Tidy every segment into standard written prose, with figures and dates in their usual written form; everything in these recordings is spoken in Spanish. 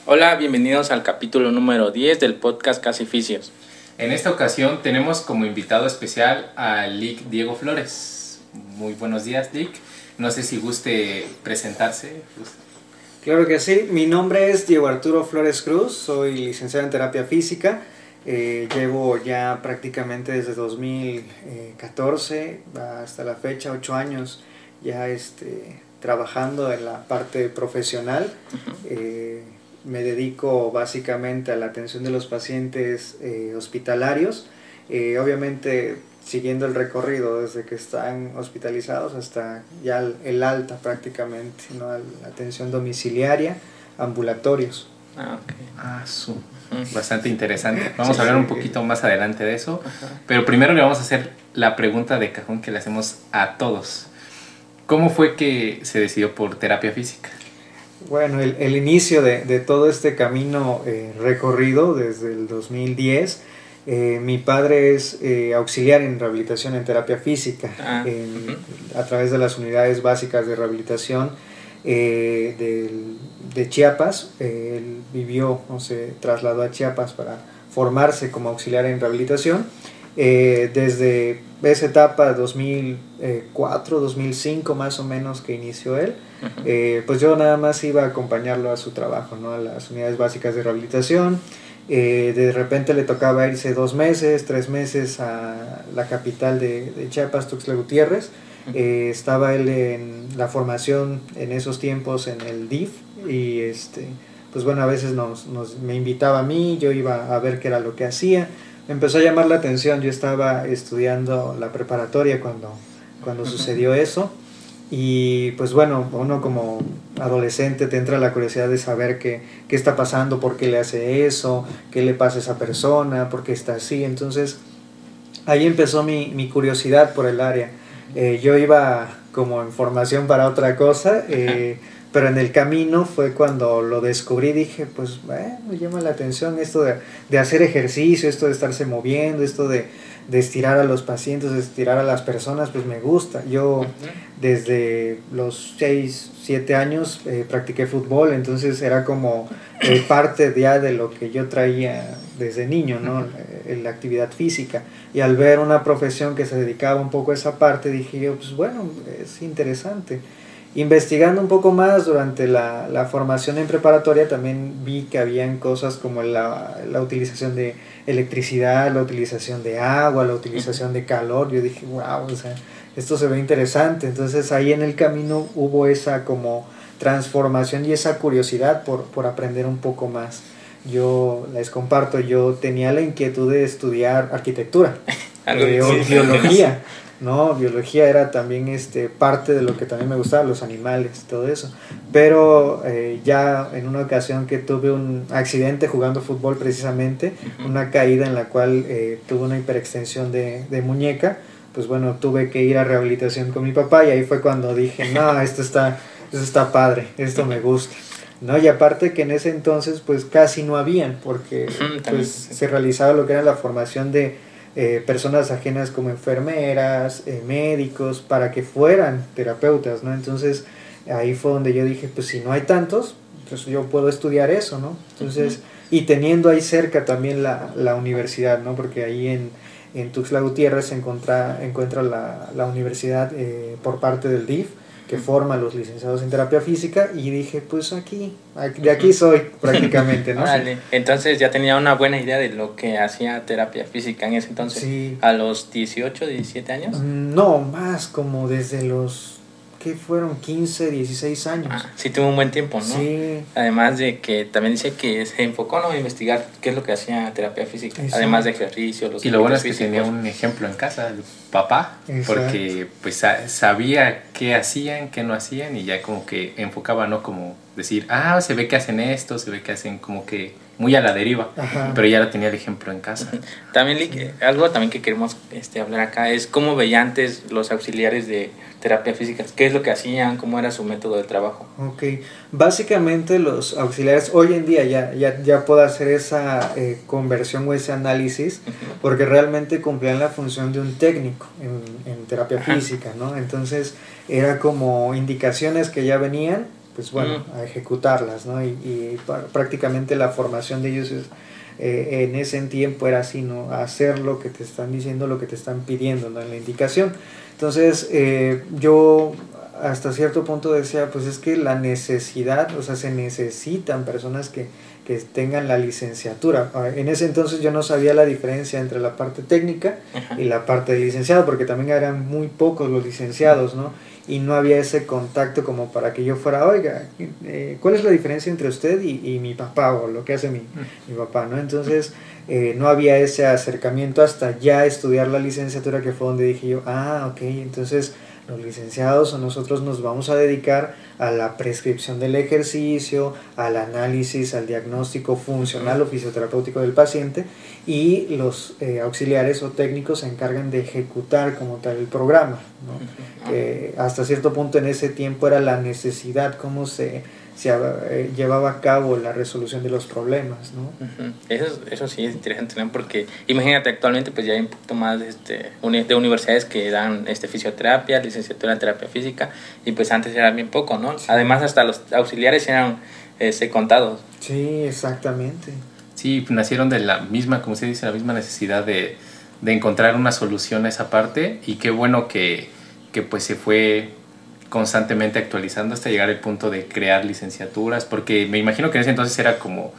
Hola, bienvenidos al capítulo número 10 del podcast Casi Fisios. En esta ocasión tenemos como invitado especial a Lick Diego Flores. Muy buenos días, Lick. No sé si guste presentarse. Claro que sí, mi nombre es Diego Arturo Flores Cruz, soy licenciado en terapia física. Llevo ya prácticamente desde 2014 hasta la fecha, 8 años ya trabajando en la parte profesional. Me dedico básicamente a la atención de los pacientes hospitalarios, obviamente siguiendo el recorrido desde que están hospitalizados hasta ya el alta prácticamente, ¿no? La atención domiciliaria, ambulatorios. Bastante interesante. Vamos a hablar un poquito más adelante de eso, pero primero le vamos a hacer la pregunta de cajón que le hacemos a todos. ¿Cómo fue que se decidió por terapia física? Bueno, el inicio de todo este camino recorrido desde el 2010, mi padre es auxiliar en rehabilitación en terapia física, a través de las unidades básicas de rehabilitación de Chiapas. Él se trasladó a Chiapas para formarse como auxiliar en rehabilitación. Desde esa etapa 2004, 2005 más o menos que inició él, pues yo nada más iba a acompañarlo a su trabajo, ¿no? A las unidades básicas de rehabilitación. De repente le tocaba irse 2 meses, 3 meses a la capital de Chiapas, Tuxtla Gutiérrez. Estaba él en la formación en esos tiempos en el DIF y pues bueno, a veces me invitaba a mí, yo iba a ver qué era lo que hacía. Me empezó a llamar la atención, yo estaba estudiando la preparatoria cuando sucedió eso, y pues bueno, uno como adolescente te entra la curiosidad de saber qué está pasando, por qué le hace eso, qué le pasa a esa persona, por qué está así. Entonces ahí empezó mi curiosidad por el área. Yo iba como en formación para otra cosa, pero en el camino fue cuando lo descubrí. Dije, pues me llama la atención esto de hacer ejercicio, esto de estarse moviendo, esto de estirar a los pacientes, de estirar a las personas, pues me gusta. Yo desde los 6, 7 años practiqué fútbol, entonces era como parte ya de lo que yo traía desde niño, ¿no? La actividad física. Y al ver una profesión que se dedicaba un poco a esa parte, dije yo, pues bueno, es interesante. Investigando un poco más durante la formación en preparatoria, también vi que habían cosas como la utilización de electricidad, la utilización de agua, la utilización de calor. Yo dije, wow, o sea, esto se ve interesante. Entonces ahí en el camino hubo esa como transformación y esa curiosidad por aprender un poco más. Yo les comparto, yo tenía la inquietud de estudiar arquitectura o biología. No, biología era también parte de lo que también me gustaba, los animales, todo eso. Pero ya en una ocasión que tuve un accidente jugando fútbol precisamente, una caída en la cual tuve una hiperextensión de muñeca, pues bueno, tuve que ir a rehabilitación con mi papá, y ahí fue cuando dije, no, esto está padre, esto me gusta. ¿No? Y aparte que en ese entonces pues casi no habían, porque pues se realizaba lo que era la formación de personas ajenas como enfermeras, médicos, para que fueran terapeutas, ¿no? Entonces ahí fue donde yo dije, pues si no hay tantos, pues yo puedo estudiar eso, ¿no? Entonces, y teniendo ahí cerca también la universidad, ¿no? Porque ahí en Tuxtla Gutiérrez se encuentra la universidad por parte del DIF, que forma a los licenciados en terapia física, y dije, pues de aquí soy prácticamente, ¿no? Vale. Entonces ya tenía una buena idea de lo que hacía terapia física en ese entonces. Sí. ¿A los 18, 17 años? No, más como desde los, ¿qué fueron? 15, 16 años. Sí, tuvo un buen tiempo, ¿no? Sí. Además de que también dice que se enfocó, ¿no?, a investigar qué es lo que hacía terapia física. Exacto. Además de ejercicio, y lo bueno es que tenía un ejemplo en casa, el papá. Exacto. Porque pues sabía qué hacían, qué no hacían, y ya como que enfocaba, ¿no? Como decir, se ve que hacen esto, se ve que hacen como que muy a la deriva. Ajá. Pero ya lo tenía el ejemplo en casa. También algo también que queremos hablar acá es cómo veían antes los auxiliares de terapia física, qué es lo que hacían, cómo era su método de trabajo. Ok, básicamente los auxiliares hoy en día ya puedo hacer esa conversión o ese análisis, porque realmente cumplían la función de un técnico en terapia física, ¿no? Entonces era como indicaciones que ya venían pues bueno, a ejecutarlas, ¿no? Y prácticamente la formación de ellos es, en ese tiempo era así, ¿no? Hacer lo que te están diciendo, lo que te están pidiendo, ¿no? En la indicación. Entonces, yo hasta cierto punto decía, pues es que la necesidad, o sea, se necesitan personas que tengan la licenciatura. Ahora, en ese entonces yo no sabía la diferencia entre la parte técnica y la parte de licenciado, porque también eran muy pocos los licenciados, ¿no? Y no había ese contacto como para que yo fuera, oiga, ¿cuál es la diferencia entre usted y mi papá o lo que hace mi papá, ¿no? Entonces no había ese acercamiento hasta ya estudiar la licenciatura, que fue donde dije yo, ok, entonces los licenciados o nosotros nos vamos a dedicar a la prescripción del ejercicio, al análisis, al diagnóstico funcional o fisioterapéutico del paciente, y los auxiliares o técnicos se encargan de ejecutar como tal el programa, ¿no? Hasta cierto punto en ese tiempo era la necesidad, cómo se llevaba a cabo la resolución de los problemas, ¿no? Eso sí es interesante, ¿no? Porque imagínate, actualmente pues ya hay un poquito más de universidades que dan fisioterapia, licenciatura en terapia física, y pues antes era bien poco, ¿no? Sí. Además hasta los auxiliares eran contados. Sí, exactamente. Sí, nacieron de la misma, como se dice, la misma necesidad de encontrar una solución a esa parte, y qué bueno que pues se fue constantemente actualizando hasta llegar al punto de crear licenciaturas, porque me imagino que en ese entonces era como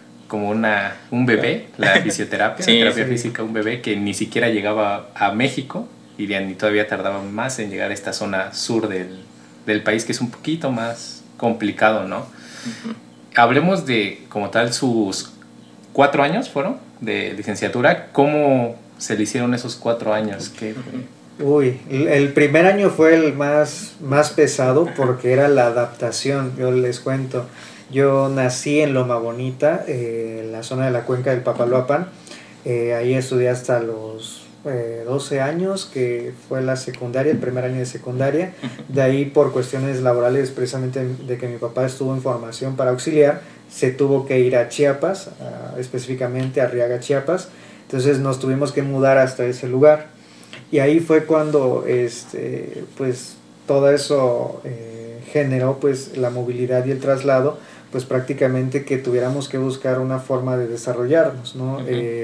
un bebé, la fisioterapia, sí, la terapia física, un bebé que ni siquiera llegaba a México, y todavía tardaba más en llegar a esta zona sur del país, que es un poquito más complicado, ¿no? Hablemos de, como tal, sus 4 años fueron de licenciatura. ¿Cómo se le hicieron esos 4 años? ¿Qué fue? Uy, el primer año fue el más pesado porque era la adaptación. Yo les cuento, yo nací en Loma Bonita, en la zona de la cuenca del Papaloapan. Ahí estudié hasta los 12 años, que fue la secundaria, el primer año de secundaria. De ahí, por cuestiones laborales, precisamente de que mi papá estuvo en formación para auxiliar, se tuvo que ir a Chiapas, específicamente a Arriaga, Chiapas. Entonces nos tuvimos que mudar hasta ese lugar. Y ahí fue cuando pues todo eso generó pues la movilidad y el traslado, pues prácticamente que tuviéramos que buscar una forma de desarrollarnos, ¿no?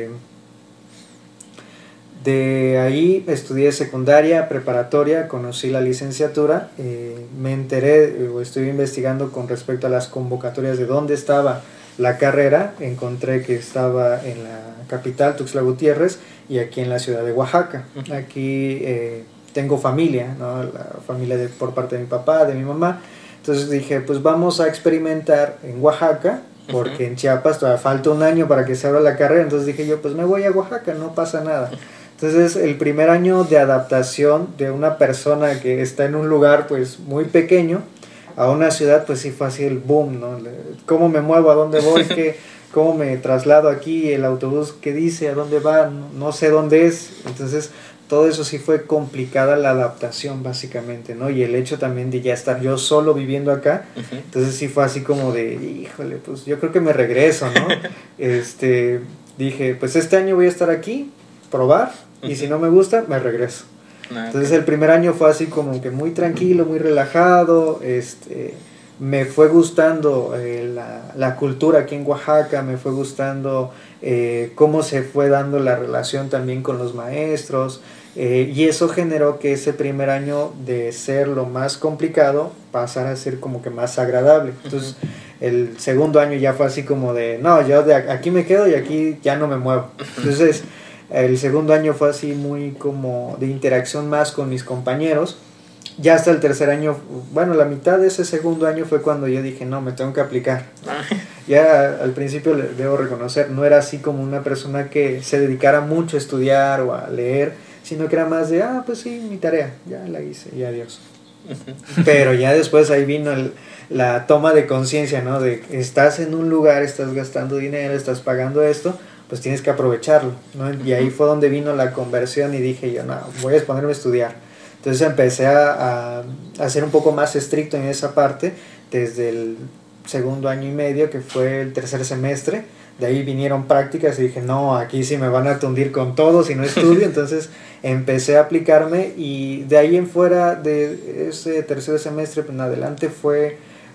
De ahí estudié secundaria, preparatoria, conocí la licenciatura, me enteré o estoy investigando con respecto a las convocatorias de dónde estaba la carrera. Encontré que estaba en la capital, Tuxtla Gutiérrez, y aquí en la ciudad de Oaxaca. Aquí tengo familia, ¿no? La familia por parte de mi papá, de mi mamá. Entonces dije, pues vamos a experimentar en Oaxaca, porque en Chiapas todavía falta un año para que se abra la carrera. Entonces dije yo, pues me voy a Oaxaca, no pasa nada. Entonces el primer año de adaptación de una persona que está en un lugar pues muy pequeño a una ciudad, pues sí fue así el boom, ¿no? ¿Cómo me muevo? ¿A dónde voy? ¿Cómo me traslado aquí? ¿El autobús qué dice? ¿A dónde va? No sé dónde es. Entonces todo eso sí fue complicada la adaptación básicamente, ¿no? Y el hecho también de ya estar yo solo viviendo acá, entonces sí fue así como de, híjole, pues yo creo que me regreso, ¿no? Dije, pues este año voy a estar aquí, probar, y si no me gusta, me regreso. Entonces el primer año fue así como que muy tranquilo, muy relajado. Me fue gustando la cultura aquí en Oaxaca, me fue gustando cómo se fue dando la relación también con los maestros, y eso generó que ese primer año, de ser lo más complicado, pasara a ser como que más agradable. Entonces el segundo año ya fue así como de, no, yo de aquí me quedo y aquí ya no me muevo. Entonces el segundo año fue así muy como de interacción más con mis compañeros. Ya hasta el tercer año, bueno, la mitad de ese segundo año fue cuando yo dije, no, me tengo que aplicar. Ya al principio, debo reconocer, no era así como una persona que se dedicara mucho a estudiar o a leer, sino que era más de, pues sí, mi tarea, ya la hice y adiós. Pero ya después ahí vino la toma de conciencia, ¿no? De que estás en un lugar, estás gastando dinero, estás pagando esto, pues tienes que aprovecharlo, ¿no? Y ahí fue donde vino la conversión y dije yo, no, voy a ponerme a estudiar. Entonces empecé a ser un poco más estricto en esa parte desde el segundo año y medio, que fue el tercer semestre. De ahí vinieron prácticas y dije, no, aquí sí me van a tundir con todo si no estudio. Entonces empecé a aplicarme, y de ahí en fuera de ese tercer semestre en adelante fue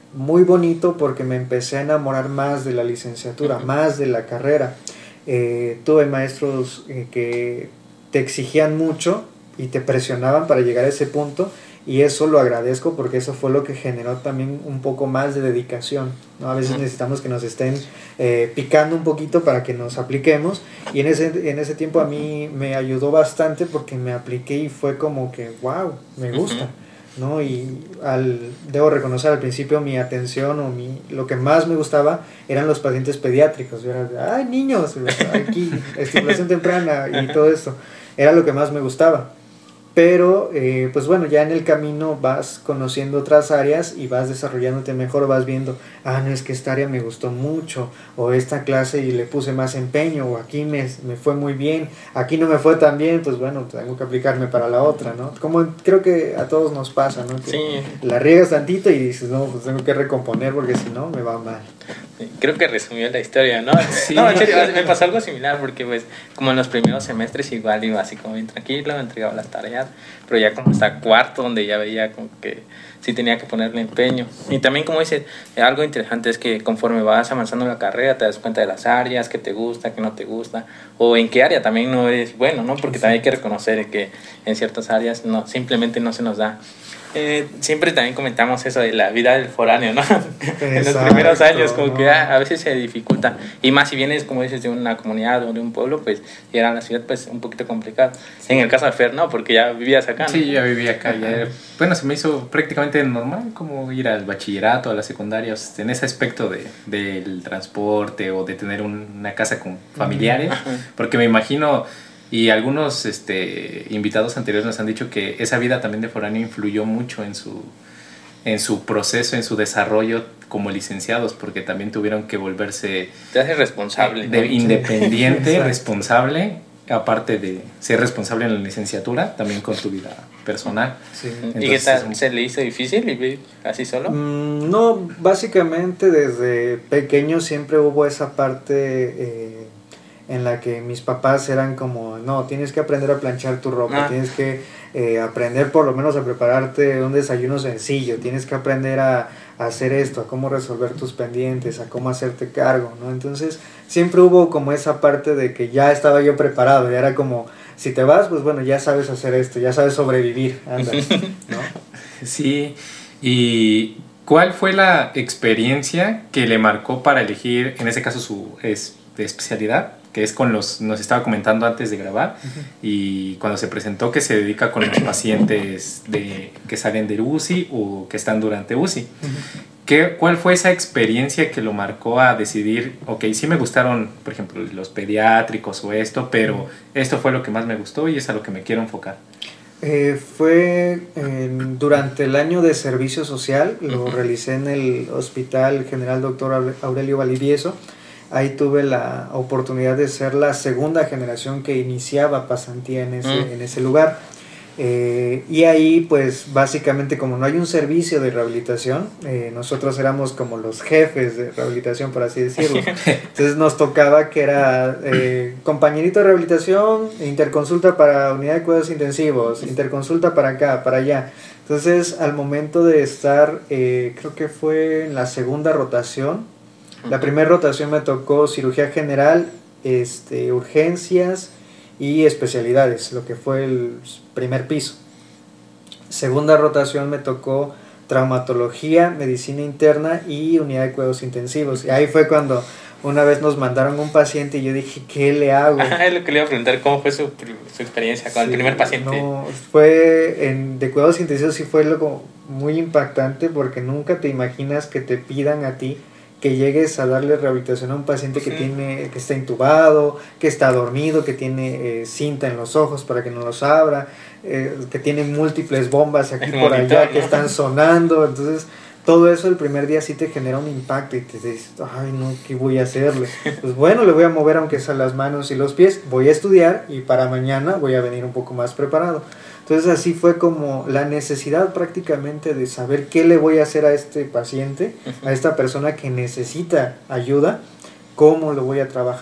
muy bonito porque me empecé a enamorar más de la licenciatura, más de la carrera. Tuve maestros que te exigían mucho y te presionaban para llegar a ese punto, y eso lo agradezco porque eso fue lo que generó también un poco más de dedicación, ¿no? A veces necesitamos que nos estén picando un poquito para que nos apliquemos, y en ese tiempo a mí me ayudó bastante porque me apliqué y fue como que wow, me gusta, ¿no? Y debo reconocer, al principio mi atención o lo que más me gustaba eran los pacientes pediátricos. Yo era, ay, niños, aquí, estimulación temprana y todo esto, era lo que más me gustaba. Pero pues bueno, ya en el camino vas conociendo otras áreas y vas desarrollándote mejor, vas viendo, no, es que esta área me gustó mucho, o esta clase y le puse más empeño, o aquí me fue muy bien, aquí no me fue tan bien, pues bueno, tengo que aplicarme para la otra, ¿no? Como creo que a todos nos pasa, ¿no? Que sí. La riegas tantito y dices, no, pues tengo que recomponer porque si no me va mal. Creo que resumió la historia, ¿no? Sí. No, en serio, me pasó algo similar porque pues como en los primeros semestres igual iba así como bien tranquilo, entregaba las tareas, pero ya como hasta cuarto donde ya veía como que sí tenía que ponerle empeño. Y también, como dices, algo interesante es que conforme vas avanzando en la carrera te das cuenta de las áreas que te gusta, que no te gusta, o en qué área también no eres bueno, ¿no? Porque también hay que reconocer que en ciertas áreas simplemente no se nos da. Siempre también comentamos eso de la vida del foráneo, ¿no? En los primeros años como que a veces se dificulta, y más si vienes, como dices, de una comunidad o de un pueblo, pues llegar a la ciudad pues un poquito complicado. Sí. En el caso de Fer, no, porque ya vivías acá, ¿no? Sí, yo ya vivía acá. Bueno, se me hizo prácticamente normal como ir al bachillerato, a la secundaria, o sea, en ese aspecto del transporte o de tener una casa con familiares, porque me imagino. Y algunos invitados anteriores nos han dicho que esa vida también de foráneo influyó mucho en su proceso, en su desarrollo como licenciados, porque también tuvieron que volverse... Te hace responsable. Independiente, responsable, aparte de ser responsable en la licenciatura, también con tu vida personal. Sí. Entonces, ¿y qué tal? ¿Se le hizo difícil vivir así solo? No, básicamente desde pequeño siempre hubo esa parte... en la que mis papás eran como, no, tienes que aprender a planchar tu ropa, tienes que aprender por lo menos a prepararte un desayuno sencillo, tienes que aprender a hacer esto, a cómo resolver tus pendientes, a cómo hacerte cargo, ¿no? Entonces siempre hubo como esa parte de que ya estaba yo preparado, ya era como, si te vas, pues bueno, ya sabes hacer esto, ya sabes sobrevivir, anda, ¿no? Sí, y ¿cuál fue la experiencia que le marcó para elegir, en ese caso, su especialidad? Que es nos estaba comentando antes de grabar, y cuando se presentó que se dedica con los pacientes que salen de UCI o que están durante UCI. ¿Cuál fue esa experiencia que lo marcó a decidir, ok, sí me gustaron, por ejemplo, los pediátricos o esto, pero esto fue lo que más me gustó y es a lo que me quiero enfocar? Fue durante el año de servicio social, lo realicé en el Hospital General Dr. Aurelio Valdivieso. Ahí tuve la oportunidad de ser la segunda generación que iniciaba pasantía en ese lugar. Y ahí, pues, básicamente, como no hay un servicio de rehabilitación, nosotros éramos como los jefes de rehabilitación, por así decirlo. Entonces nos tocaba que era compañerito de rehabilitación, interconsulta para unidad de cuidados intensivos, interconsulta para acá, para allá. Entonces, al momento de estar, creo que fue en la segunda rotación, la primera rotación me tocó cirugía general, urgencias y especialidades, lo que fue el primer piso. Segunda rotación me tocó traumatología, medicina interna y unidad de cuidados intensivos. Y ahí fue cuando una vez nos mandaron un paciente y yo dije, ¿qué le hago? Es lo que le iba a preguntar, ¿cómo fue su experiencia con el primer paciente? No, fue de cuidados intensivos, sí fue algo muy impactante porque nunca te imaginas que te pidan a ti que llegues a darle rehabilitación a un paciente que está intubado, que está dormido, que tiene cinta en los ojos para que no los abra, que tiene múltiples bombas aquí por allá, ¿no? Que están sonando. Entonces todo eso el primer día sí te genera un impacto y te dices, ay no, ¿qué voy a hacerle? Pues bueno, le voy a mover aunque sea las manos y los pies, voy a estudiar y para mañana voy a venir un poco más preparado. Entonces así fue como la necesidad prácticamente de saber qué le voy a hacer a este paciente, a esta persona que necesita ayuda, cómo lo voy a trabajar.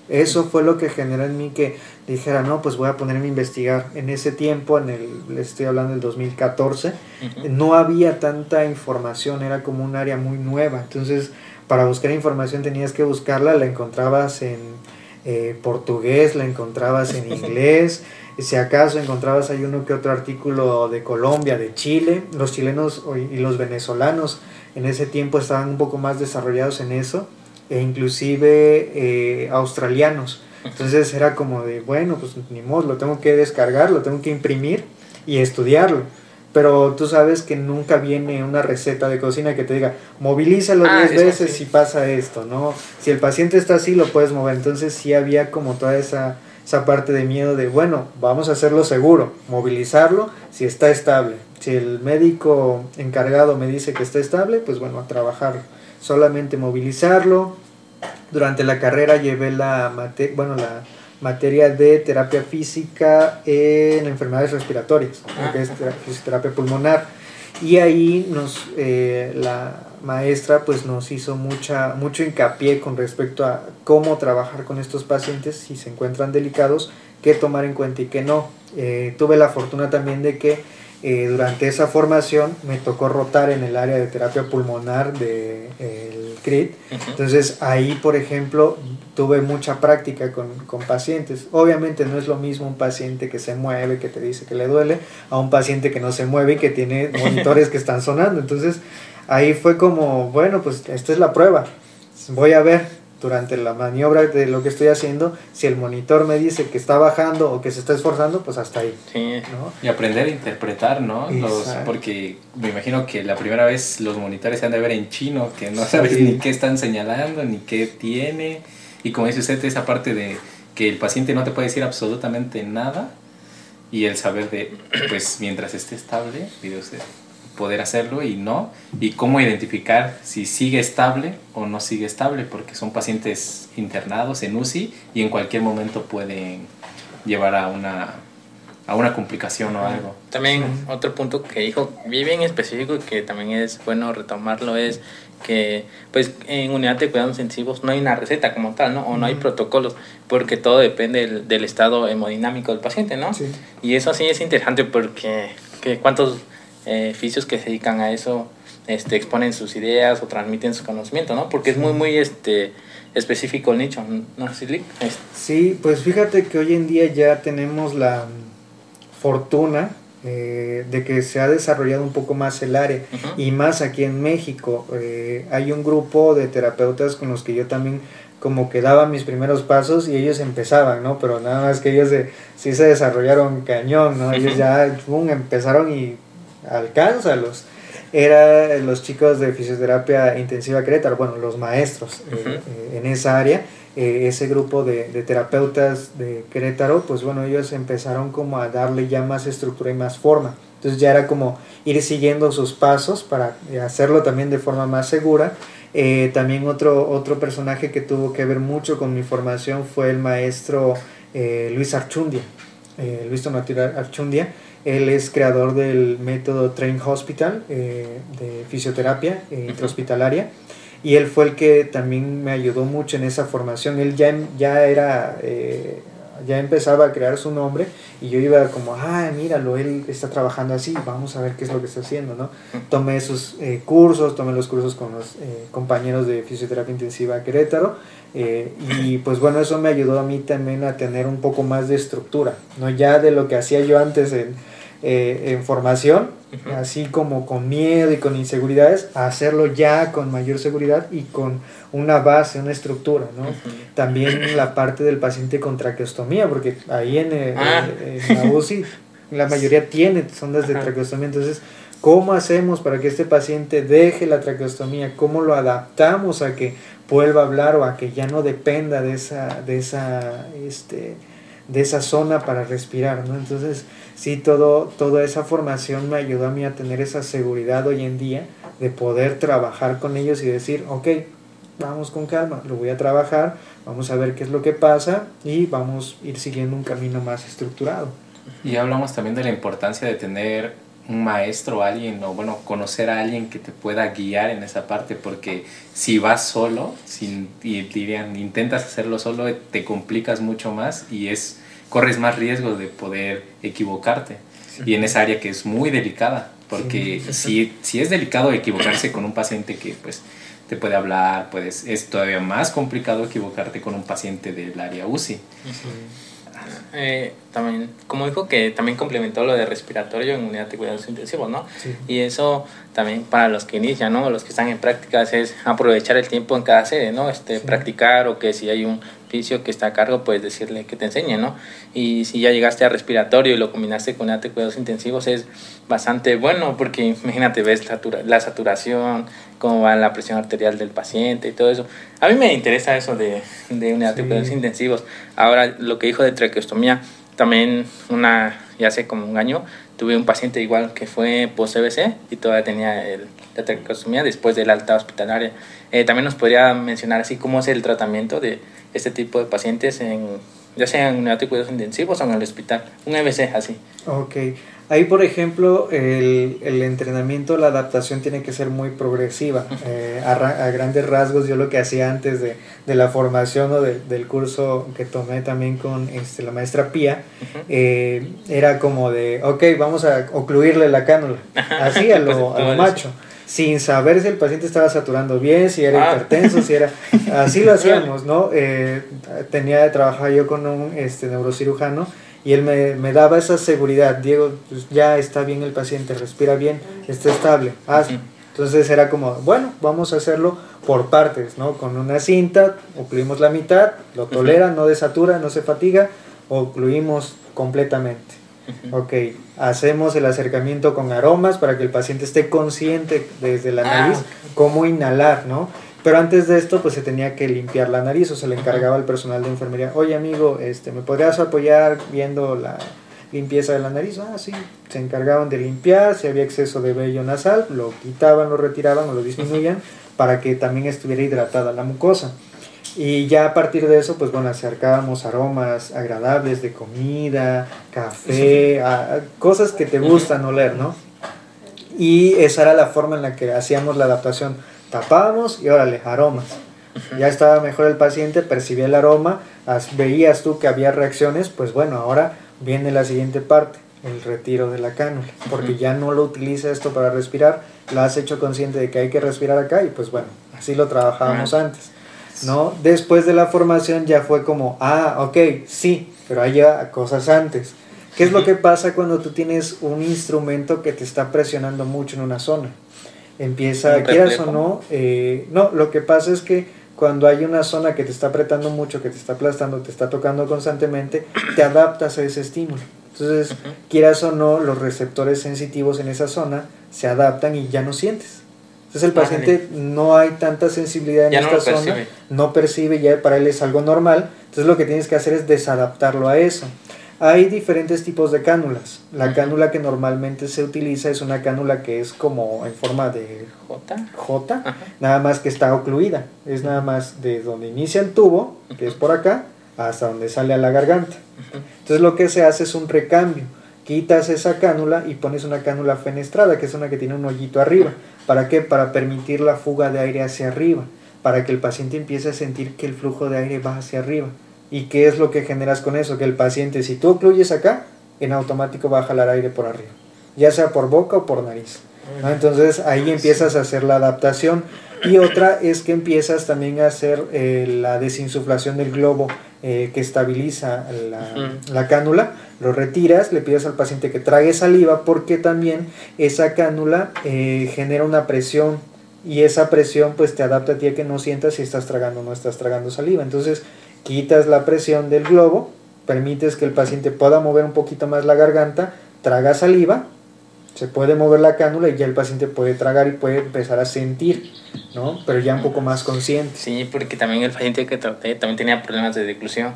Eso fue lo que generó en mí que dijera, no, pues voy a ponerme a investigar. En ese tiempo, le estoy hablando del 2014, no había tanta información, era como un área muy nueva. Entonces, para buscar información tenías que buscarla, la encontrabas en portugués, la encontrabas en inglés, si acaso encontrabas ahí uno que otro artículo de Colombia, de Chile. Los chilenos y los venezolanos en ese tiempo estaban un poco más desarrollados en eso, e inclusive australianos. Entonces era como de, bueno, pues ni modo, lo tengo que descargar, lo tengo que imprimir y estudiarlo. Pero tú sabes que nunca viene una receta de cocina que te diga, movilízalo 10 veces si pasa esto, ¿no? Si el paciente está así, lo puedes mover. Entonces sí había como toda esa parte de miedo de, bueno, vamos a hacerlo seguro, movilizarlo si está estable. Si el médico encargado me dice que está estable, pues bueno, a trabajar. Solamente movilizarlo. Durante la carrera llevé la materia de terapia física en enfermedades respiratorias, que es fisioterapia pulmonar, y ahí la maestra pues nos hizo mucho hincapié con respecto a cómo trabajar con estos pacientes si se encuentran delicados, qué tomar en cuenta y qué no. Tuve la fortuna también de que durante esa formación me tocó rotar en el área de terapia pulmonar del CRIT. Entonces ahí, por ejemplo, tuve mucha práctica con pacientes. Obviamente no es lo mismo un paciente que se mueve, que te dice que le duele, a un paciente que no se mueve y que tiene monitores que están sonando. Entonces ahí fue como, bueno, pues esta es la prueba. Voy a ver durante la maniobra de lo que estoy haciendo, si el monitor me dice que está bajando o que se está esforzando, pues hasta ahí. Sí. ¿No? Y aprender a interpretar, ¿no? Porque me imagino que la primera vez los monitores se han de ver en chino, que no sabes ni qué están señalando, ni qué tiene. Y como dice usted, esa parte de que el paciente no te puede decir absolutamente nada, y el saber de, pues mientras esté estable, video usted, poder hacerlo y cómo identificar si sigue estable o no sigue estable, porque son pacientes internados en UCI y en cualquier momento pueden llevar a una complicación o algo. También otro punto que dijo bien específico y que también es bueno retomarlo es que pues en unidad de cuidados intensivos no hay una receta como tal, ¿no? O no hay protocolos, porque todo depende del estado hemodinámico del paciente, ¿no? Sí. Y eso sí es interesante porque cuántos fisios que se dedican a eso exponen sus ideas o transmiten su conocimiento, ¿no? Porque es muy específico el nicho, ¿no, Silly? Sí, pues fíjate que hoy en día ya tenemos la fortuna de que se ha desarrollado un poco más el área, y más aquí en México. Hay un grupo de terapeutas con los que yo también como que daba mis primeros pasos y ellos empezaban, ¿no? Pero nada más que ellos sí se desarrollaron cañón, ¿no? Ellos ya empezaron y alcánzalos. Eran los chicos de fisioterapia intensiva Querétaro, bueno, los maestros en esa área. Ese grupo de terapeutas de Querétaro, pues bueno, ellos empezaron como a darle ya más estructura y más forma. Entonces ya era como ir siguiendo sus pasos para hacerlo también de forma más segura. También otro personaje que tuvo que ver mucho con mi formación fue el maestro Luis Archundia. Luis Donatio Archundia. Él es creador del método Train Hospital de fisioterapia intrahospitalaria, y él fue el que también me ayudó mucho en esa formación. Él ya empezaba a crear su nombre y yo iba como, míralo, él está trabajando así, vamos a ver qué es lo que está haciendo, ¿no? Tomé sus cursos, tomé los cursos con los compañeros de fisioterapia intensiva Querétaro, y pues bueno, eso me ayudó a mí también a tener un poco más de estructura, no ya de lo que hacía yo antes en formación, así como con miedo y con inseguridades, a hacerlo ya con mayor seguridad y con una base, una estructura, ¿no? También la parte del paciente con traqueostomía, porque ahí en la UCI la mayoría tiene sondas de traqueostomía. Entonces, ¿cómo hacemos para que este paciente deje la traqueostomía? ¿Cómo lo adaptamos a que vuelva a hablar o a que ya no dependa de esa zona para respirar, ¿no? Entonces, sí, toda esa formación me ayudó a mí a tener esa seguridad hoy en día de poder trabajar con ellos y decir, ok, vamos con calma, lo voy a trabajar, vamos a ver qué es lo que pasa y vamos a ir siguiendo un camino más estructurado. Y hablamos también de la importancia de tener un maestro, alguien, o bueno, conocer a alguien que te pueda guiar en esa parte, porque si vas solo, y dirían, intentas hacerlo solo, te complicas mucho más y corres más riesgo de poder equivocarte. Y en esa área que es muy delicada, porque si es delicado equivocarse con un paciente que pues te puede hablar, es todavía más complicado equivocarte con un paciente del área UCI. También, como dijo que también complementó lo de respiratorio en unidad de cuidados intensivos, ¿no? Sí. Y eso también para los que inician, ¿no? Los que están en prácticas es aprovechar el tiempo en cada sede, ¿no? Practicar, o que si hay un fisio que está a cargo, pues decirle que te enseñe, ¿no? Y si ya llegaste a respiratorio y lo combinaste con unidad de cuidados intensivos, es bastante bueno, porque imagínate, ves la saturación, cómo va la presión arterial del paciente y todo eso. A mí me interesa eso de unidad de cuidados intensivos. Ahora, lo que dijo de traqueostomía, también ya hace como un año, tuve un paciente igual que fue post-CBC y todavía tenía la traqueostomía después del alta hospitalaria. También nos podría mencionar así cómo es el tratamiento de este tipo de pacientes, ya sea en unidad de cuidados intensivos o en el hospital, un EBC así. Ok, ahí por ejemplo el entrenamiento, la adaptación tiene que ser muy progresiva. A grandes rasgos, yo lo que hacía antes de la formación o del curso que tomé también con la maestra Pía, era como de, ok, vamos a ocluirle la cánula, así a lo macho, sin saber si el paciente estaba saturando bien, si era hipertenso, si era... Así lo hacíamos, ¿no? Tenía de trabajar yo con un neurocirujano, y él me daba esa seguridad. Diego, pues ya está bien el paciente, respira bien, está estable, hazlo. Entonces era como, bueno, vamos a hacerlo por partes, ¿no? Con una cinta, ocluimos la mitad, lo tolera, no desatura, no se fatiga, ocluimos completamente. Ok, hacemos el acercamiento con aromas para que el paciente esté consciente desde la nariz cómo inhalar, ¿no? Pero antes de esto, pues se tenía que limpiar la nariz, o se le encargaba al personal de enfermería, oye amigo, ¿me podrías apoyar viendo la limpieza de la nariz? Sí, se encargaban de limpiar, si había exceso de vello nasal, lo quitaban, lo retiraban o lo disminuían para que también estuviera hidratada la mucosa. Y ya a partir de eso, pues bueno, acercábamos aromas agradables de comida, café, cosas que te gustan oler, ¿no? Y esa era la forma en la que hacíamos la adaptación. Tapábamos y órale, aromas. Ya estaba mejor el paciente, percibía el aroma, veías tú que había reacciones, pues bueno, ahora viene la siguiente parte, el retiro de la cánula, porque ya no lo utiliza esto para respirar, lo has hecho consciente de que hay que respirar acá, y pues bueno, así lo trabajábamos antes, ¿no? Después de la formación ya fue como, ok, sí, pero hay ya cosas antes. ¿Qué es lo que pasa cuando tú tienes un instrumento que te está presionando mucho en una zona? Empieza, quieras o no, no, lo que pasa es que cuando hay una zona que te está apretando mucho, que te está aplastando, te está tocando constantemente, te adaptas a ese estímulo. Entonces, quieras o no, los receptores sensitivos en esa zona se adaptan y ya no sientes. Entonces el paciente no hay tanta sensibilidad en esta zona, no percibe, ya para él es algo normal. Entonces lo que tienes que hacer es desadaptarlo a eso. Hay diferentes tipos de cánulas. La cánula que normalmente se utiliza es una cánula que es como en forma de J, nada más que está ocluida. Es nada más de donde inicia el tubo, que es por acá, hasta donde sale a la garganta. Entonces lo que se hace es un recambio. Quitas esa cánula y pones una cánula fenestrada, que es una que tiene un hoyito arriba. ¿Para qué? Para permitir la fuga de aire hacia arriba, para que el paciente empiece a sentir que el flujo de aire va hacia arriba. ¿Y qué es lo que generas con eso? Que el paciente, si tú ocluyes acá, en automático va a jalar aire por arriba, ya sea por boca o por nariz, ¿no? Entonces ahí empiezas a hacer la adaptación. Y otra es que empiezas también a hacer la desinsuflación del globo que estabiliza la cánula. Lo retiras, le pides al paciente que trague saliva, porque también esa cánula genera una presión, y esa presión pues te adapta a ti a que no sientas si estás tragando o no estás tragando saliva. Entonces quitas la presión del globo, permites que el paciente pueda mover un poquito más la garganta, traga saliva, se puede mover la cánula y ya el paciente puede tragar y puede empezar a sentir, ¿no? Pero ya un poco más consciente. Sí, porque también el paciente que traté también tenía problemas de deglución.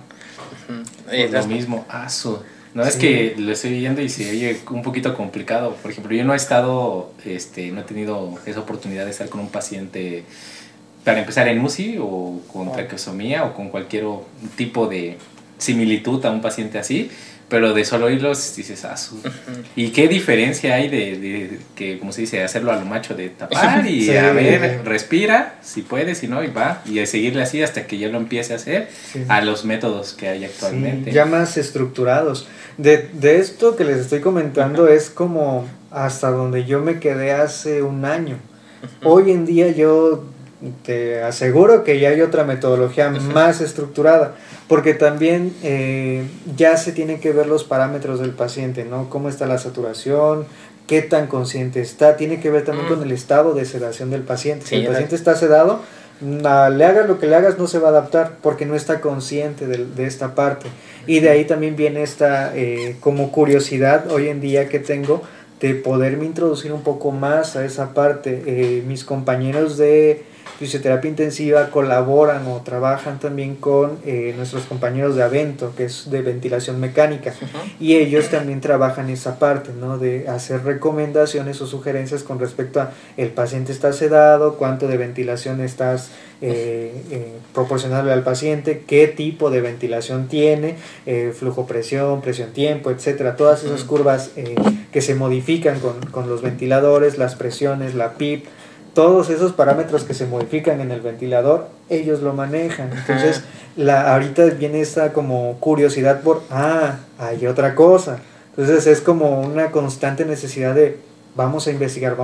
Lo mismo, no, es que lo estoy viendo y se oye un poquito complicado. Por ejemplo, yo no he estado, no he tenido esa oportunidad de estar con un paciente, para empezar, en UCI o con traqueostomía o con cualquier tipo de similitud a un paciente así, pero de solo oírlos dices, ¿y qué diferencia hay de que, como se dice, hacerlo a lo macho, de tapar y sí, a ver, respira, si puede, si no, y va, y de seguirle así hasta que ya lo empiece a hacer, a los métodos que hay actualmente. Sí, ya más estructurados. De esto que les estoy comentando es como hasta donde yo me quedé hace un año. Hoy en día yo te aseguro que ya hay otra metodología más estructurada, porque también ya se tienen que ver los parámetros del paciente, ¿no? Cómo está la saturación, qué tan consciente está, tiene que ver también con el estado de sedación del paciente. Si el paciente está sedado, le hagas lo que le hagas no se va a adaptar porque no está consciente de esta parte. Y de ahí también viene esta como curiosidad hoy en día que tengo de poderme introducir un poco más a esa parte. Mis compañeros de fisioterapia intensiva colaboran o trabajan también con nuestros compañeros de Avento, que es de ventilación mecánica, y ellos también trabajan esa parte, ¿no? De hacer recomendaciones o sugerencias con respecto a el paciente está sedado, cuánto de ventilación estás proporcionarle al paciente, qué tipo de ventilación tiene, flujo presión, presión tiempo, etcétera, todas esas curvas que se modifican con los ventiladores, las presiones, la PIP, todos esos parámetros que se modifican en el ventilador, ellos lo manejan. Entonces, ahorita viene esta como curiosidad por, hay otra cosa. Entonces, es como una constante necesidad de, vamos a investigar,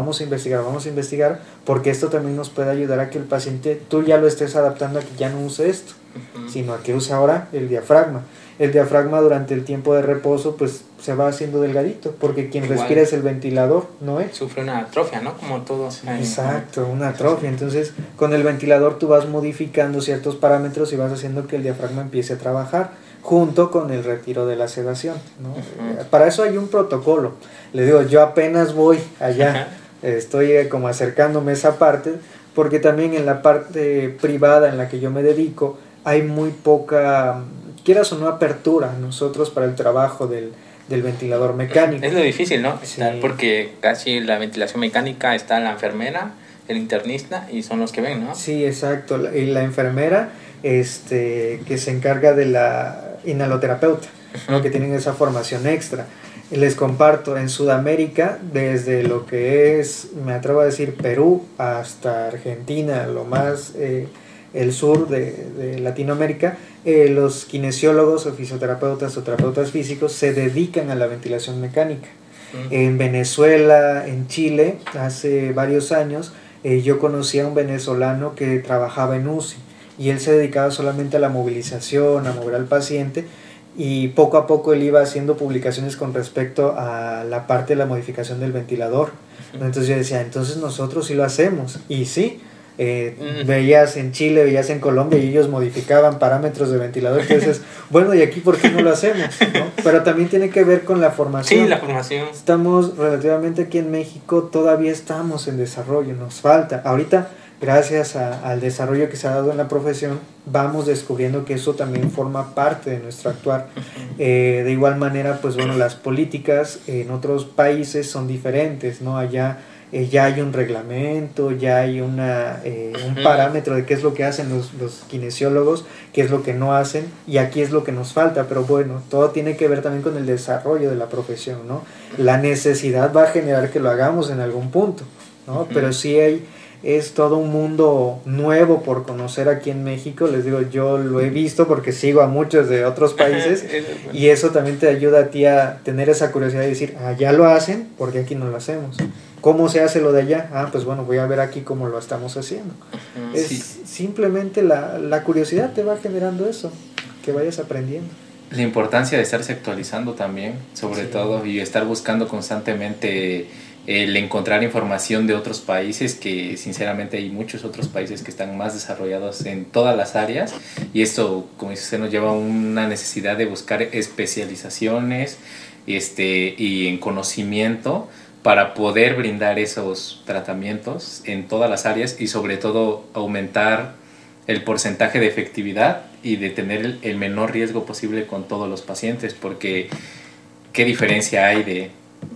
porque esto también nos puede ayudar a que el paciente, tú ya lo estés adaptando a que ya no use esto, sino a que use ahora el diafragma. El diafragma durante el tiempo de reposo pues se va haciendo delgadito, porque quien respira es el ventilador, no él. Sufre una atrofia, ¿no? Como todo. Exacto, una atrofia. Entonces, con el ventilador tú vas modificando ciertos parámetros y vas haciendo que el diafragma empiece a trabajar, junto con el retiro de la sedación, ¿no? Para eso hay un protocolo. Les digo, yo apenas voy allá, estoy como acercándome a esa parte, porque también en la parte privada en la que yo me dedico, hay muy poca, quieras o no, apertura nosotros para el trabajo del ventilador mecánico. Es lo difícil, ¿no? Sí. Porque casi la ventilación mecánica está la enfermera, el internista y son los que ven, ¿no? Sí, exacto. Y la enfermera que se encarga de la inhaloterapeuta, ¿no? Que tienen esa formación extra. Les comparto, en Sudamérica, desde lo que es, me atrevo a decir, Perú hasta Argentina, lo más el sur de Latinoamérica, los kinesiólogos o fisioterapeutas o terapeutas físicos se dedican a la ventilación mecánica. En Venezuela, en Chile, hace varios años, yo conocí a un venezolano que trabajaba en UCI y él se dedicaba solamente a la movilización, a mover al paciente, y poco a poco él iba haciendo publicaciones con respecto a la parte de la modificación del ventilador. Entonces yo decía, entonces nosotros sí lo hacemos, y sí. Veías en Chile, veías en Colombia y ellos modificaban parámetros de ventilador, entonces bueno, y aquí ¿por qué no lo hacemos? ¿No? Pero también tiene que ver con la formación. Sí, la formación. Estamos relativamente aquí en México, todavía estamos en desarrollo, nos falta. Ahorita, gracias al desarrollo que se ha dado en la profesión, vamos descubriendo que eso también forma parte de nuestro actuar. De igual manera, pues bueno, las políticas en otros países son diferentes, ¿no? Allá ya hay un reglamento, ya hay un parámetro de qué es lo que hacen los kinesiólogos, qué es lo que no hacen, y aquí es lo que nos falta. Pero bueno, todo tiene que ver también con el desarrollo de la profesión, ¿no? La necesidad va a generar que lo hagamos en algún punto, ¿no? Pero sí es todo un mundo nuevo por conocer aquí en México. Les digo, yo lo he visto porque sigo a muchos de otros países y eso también te ayuda a ti a tener esa curiosidad de decir, ya lo hacen, porque aquí no lo hacemos. ¿Cómo se hace lo de allá? Pues bueno, voy a ver aquí cómo lo estamos haciendo. Simplemente la curiosidad te va generando eso, que vayas aprendiendo. La importancia de estarse actualizando también, sobre todo, y estar buscando constantemente el encontrar información de otros países, que sinceramente hay muchos otros países que están más desarrollados en todas las áreas, y esto, como dice usted, nos lleva a una necesidad de buscar especializaciones y en conocimiento para poder brindar esos tratamientos en todas las áreas y sobre todo aumentar el porcentaje de efectividad y de tener el menor riesgo posible con todos los pacientes, porque qué diferencia hay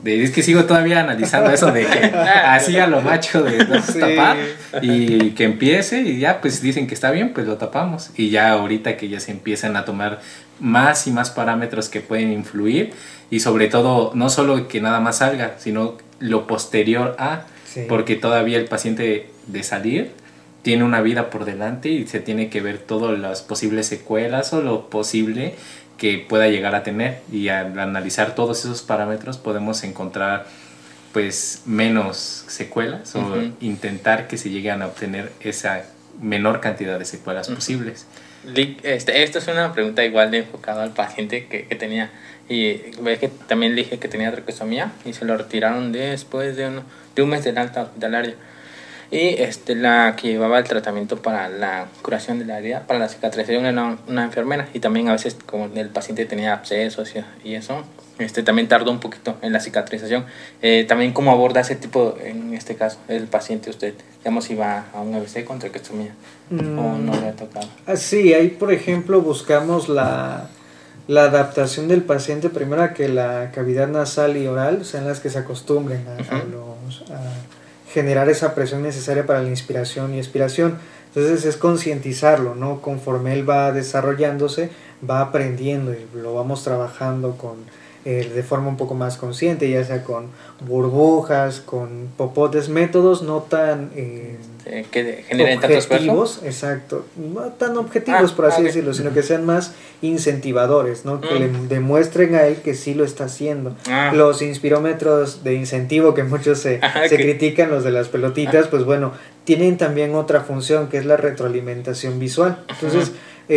Es que sigo todavía analizando eso de que así a lo macho de no tapar y que empiece y ya pues dicen que está bien, pues lo tapamos. Y ya ahorita que ya se empiezan a tomar más y más parámetros que pueden influir y sobre todo no solo que nada más salga, sino lo posterior a, porque todavía el paciente de salir tiene una vida por delante y se tiene que ver todas las posibles secuelas o lo posible que pueda llegar a tener, y al analizar todos esos parámetros podemos encontrar pues menos secuelas o intentar que se lleguen a obtener esa menor cantidad de secuelas posibles. Esto es una pregunta igual de enfocada al paciente que tenía, y ves que también le dije que tenía traqueostomía y se lo retiraron después de un mes del alta hospitalaria. Y la que llevaba el tratamiento para la curación de la herida, para la cicatrización, era una enfermera, y también a veces como el paciente tenía abscesos y eso, también tardó un poquito en la cicatrización. También cómo aborda ese tipo, en este caso, el paciente, usted, digamos, si va a un ABC con traqueostomía o no le ha tocado. Sí, ahí por ejemplo buscamos la adaptación del paciente primero a que la cavidad nasal y oral sean las que se acostumbren a generar esa presión necesaria para la inspiración y expiración. Entonces es concientizarlo, ¿no? Conforme él va desarrollándose, va aprendiendo y lo vamos trabajando de forma un poco más consciente, ya sea con burbujas, con popotes, métodos no tan que generen tanto objetivos, exacto, no tan objetivos por así decirlo, sino que sean más incentivadores, ¿no? Que le demuestren a él que sí lo está haciendo. Los inspirómetros de incentivo que muchos se critican, los de las pelotitas, pues bueno, tienen también otra función que es la retroalimentación visual. Entonces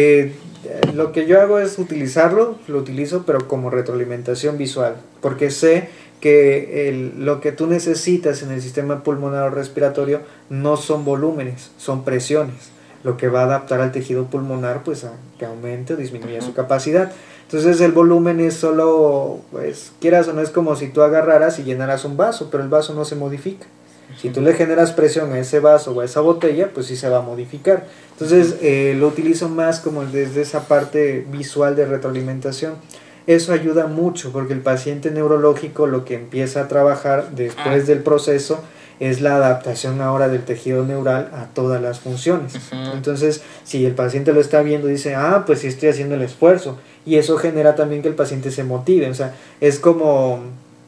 lo que yo hago es lo utilizo pero como retroalimentación visual, porque sé que lo que tú necesitas en el sistema pulmonar o respiratorio no son volúmenes, son presiones, lo que va a adaptar al tejido pulmonar pues a que aumente o disminuya su capacidad. Entonces el volumen es solo, pues quieras o no, es como si tú agarraras y llenaras un vaso, pero el vaso no se modifica. Si tú le generas presión a ese vaso o a esa botella, pues sí se va a modificar. Entonces lo utilizo más como desde esa parte visual de retroalimentación. Eso ayuda mucho porque el paciente neurológico lo que empieza a trabajar después del proceso es la adaptación ahora del tejido neural a todas las funciones. Entonces, si el paciente lo está viendo, dice, pues sí estoy haciendo el esfuerzo. Y eso genera también que el paciente se motive. O sea, es como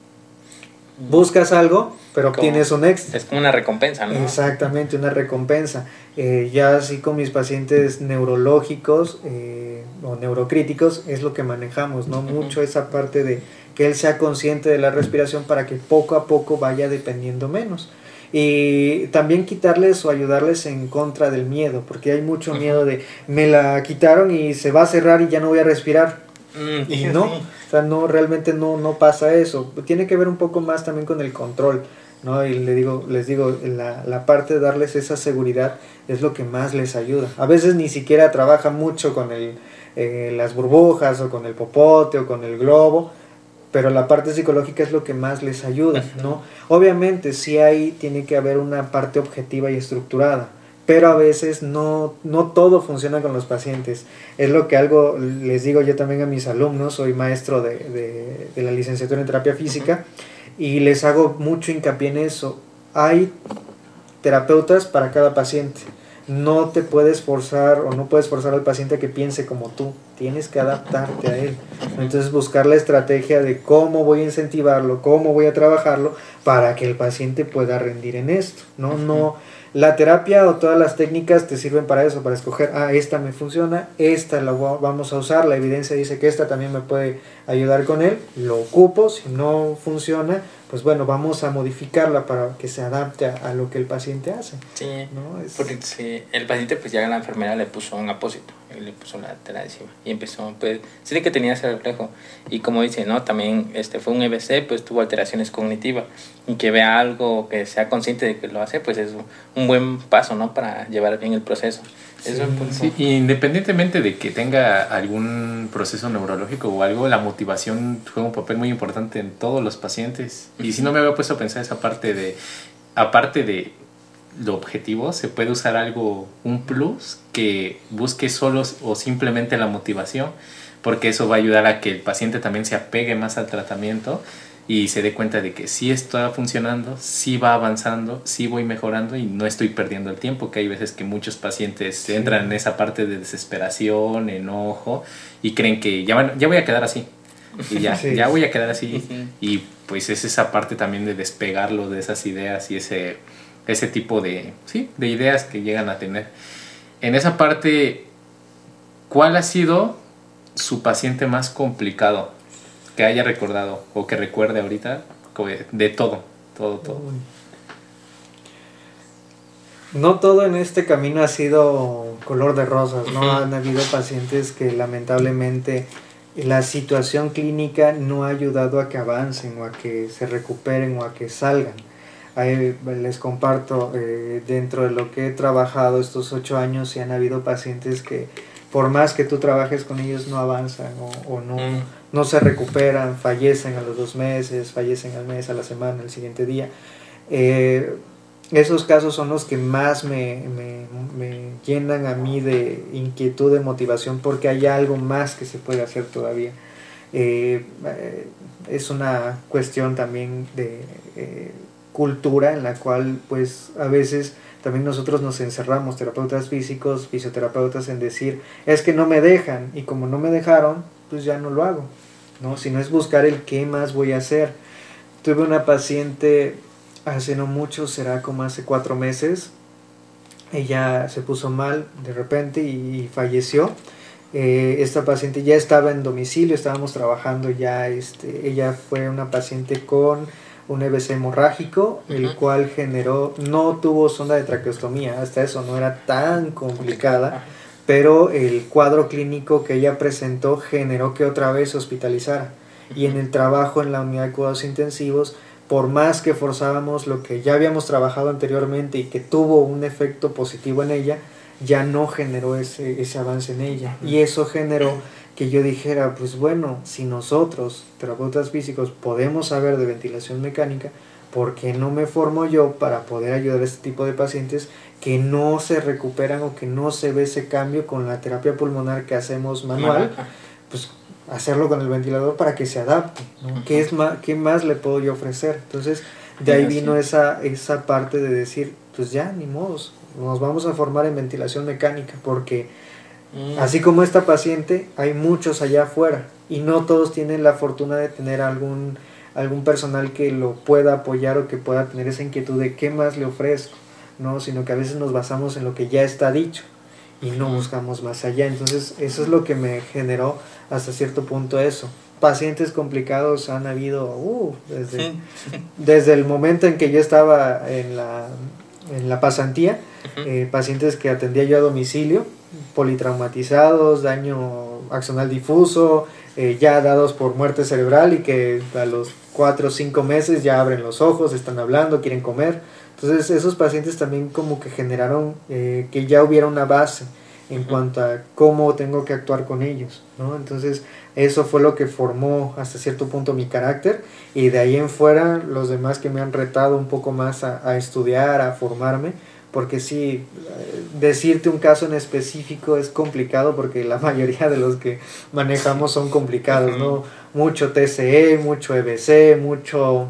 buscas algo, pero obtienes un extra. Es como una recompensa, ¿no? Exactamente, una recompensa. Ya así con mis pacientes neurológicos o neurocríticos es lo que manejamos, ¿no? Mucho esa parte de que él sea consciente de la respiración para que poco a poco vaya dependiendo menos. Y también quitarles o ayudarles en contra del miedo, porque hay mucho miedo de me la quitaron y se va a cerrar y ya no voy a respirar. Y no, o sea, no, realmente no pasa eso. Tiene que ver un poco más también con el control, ¿no? Y les digo, la parte de darles esa seguridad es lo que más les ayuda. A veces ni siquiera trabaja mucho con las burbujas o con el popote o con el globo, pero la parte psicológica es lo que más les ayuda, ¿no? Obviamente sí tiene que haber una parte objetiva y estructurada, pero a veces no todo funciona con los pacientes. Es lo que algo les digo yo también a mis alumnos. Soy maestro de la licenciatura en terapia física y les hago mucho hincapié en eso. Hay terapeutas para cada paciente. No te puedes forzar o no puedes forzar al paciente a que piense como tú. Tienes que adaptarte a él. Entonces buscar la estrategia de cómo voy a incentivarlo, cómo voy a trabajarlo para que el paciente pueda rendir en esto. No, la terapia o todas las técnicas te sirven para eso, para escoger, esta me funciona, esta la vamos a usar, la evidencia dice que esta también me puede ayudar con él, lo ocupo, si no funciona, pues bueno, vamos a modificarla para que se adapte a lo que el paciente hace. Sí, ¿no? Porque sí, el paciente pues ya la enfermera le puso un apósito, le puso la tela encima y empezó, pues, sí que tenía ese reflejo. Y como dice, ¿no? También fue un EBC, pues tuvo alteraciones cognitivas, y que vea algo, que sea consciente de que lo hace, pues es un buen paso, ¿no? Para llevar bien el proceso. Eso sí, independientemente de que tenga algún proceso neurológico o algo, la motivación juega un papel muy importante en todos los pacientes. Y si no me había puesto a pensar esa parte de, aparte de lo objetivo, se puede usar un plus que busque solo o simplemente la motivación, porque eso va a ayudar a que el paciente también se apegue más al tratamiento y se dé cuenta de que sí está funcionando, sí va avanzando, sí voy mejorando y no estoy perdiendo el tiempo, que hay veces que muchos pacientes entran en esa parte de desesperación, enojo y creen que ya voy a quedar así y ya voy a quedar así y pues es esa parte también de despegarlo de esas ideas y ese tipo de ideas que llegan a tener. En esa parte, ¿cuál ha sido su paciente más complicado que haya recordado o que recuerde ahorita de todo? No todo en este camino ha sido color de rosas, ¿no? Han habido pacientes que lamentablemente la situación clínica no ha ayudado a que avancen o a que se recuperen o a que salgan. Ahí les comparto, dentro de lo que he trabajado estos 8 años, sí han habido pacientes que por más que tú trabajes con ellos no avanzan o no se recuperan, fallecen a los 2 meses, fallecen al mes, a la semana, al siguiente día. Esos casos son los que más me llenan a mí de inquietud, de motivación, porque hay algo más que se puede hacer todavía. Es una cuestión también de cultura en la cual pues a veces también nosotros nos encerramos, terapeutas físicos, fisioterapeutas, en decir es que no me dejan, y como no me dejaron pues ya no lo hago, ¿no? Sino es buscar el qué más voy a hacer. Tuve una paciente hace no mucho, será como hace 4 meses, ella se puso mal de repente y falleció. Esta paciente ya estaba en domicilio, estábamos trabajando ya, ella fue una paciente con un EBC hemorrágico, el cual no tuvo sonda de traqueostomía, hasta eso no era tan complicada, pero el cuadro clínico que ella presentó generó que otra vez se hospitalizara, y en el trabajo en la unidad de cuidados intensivos, por más que forzábamos lo que ya habíamos trabajado anteriormente y que tuvo un efecto positivo en ella, ya no generó ese avance en ella, y eso generó que yo dijera, pues bueno, si nosotros, terapeutas físicos, podemos saber de ventilación mecánica, ¿por qué no me formo yo para poder ayudar a este tipo de pacientes que no se recuperan o que no se ve ese cambio con la terapia pulmonar que hacemos manual? Pues hacerlo con el ventilador para que se adapte, ¿no? ¿Qué más le puedo yo ofrecer? Entonces, de ahí vino esa parte de decir, pues ya, ni modos, nos vamos a formar en ventilación mecánica, porque así como esta paciente, hay muchos allá afuera y no todos tienen la fortuna de tener algún personal que lo pueda apoyar o que pueda tener esa inquietud de qué más le ofrezco, ¿no? Sino que a veces nos basamos en lo que ya está dicho y no buscamos más allá. Entonces eso es lo que me generó hasta cierto punto eso. Pacientes complicados han habido desde el momento en que yo estaba en la pasantía, pacientes que atendía yo a domicilio, politraumatizados, daño axonal difuso, ya dados por muerte cerebral, y que a los 4 o 5 meses ya abren los ojos, están hablando, quieren comer. Entonces esos pacientes también como que generaron que ya hubiera una base en cuanto a cómo tengo que actuar con ellos, ¿no? Entonces eso fue lo que formó hasta cierto punto mi carácter, y de ahí en fuera los demás que me han retado un poco más a estudiar, a formarme, porque sí, decirte un caso en específico es complicado, porque la mayoría de los que manejamos son complicados, ¿no? Mucho TCE, mucho EBC, mucho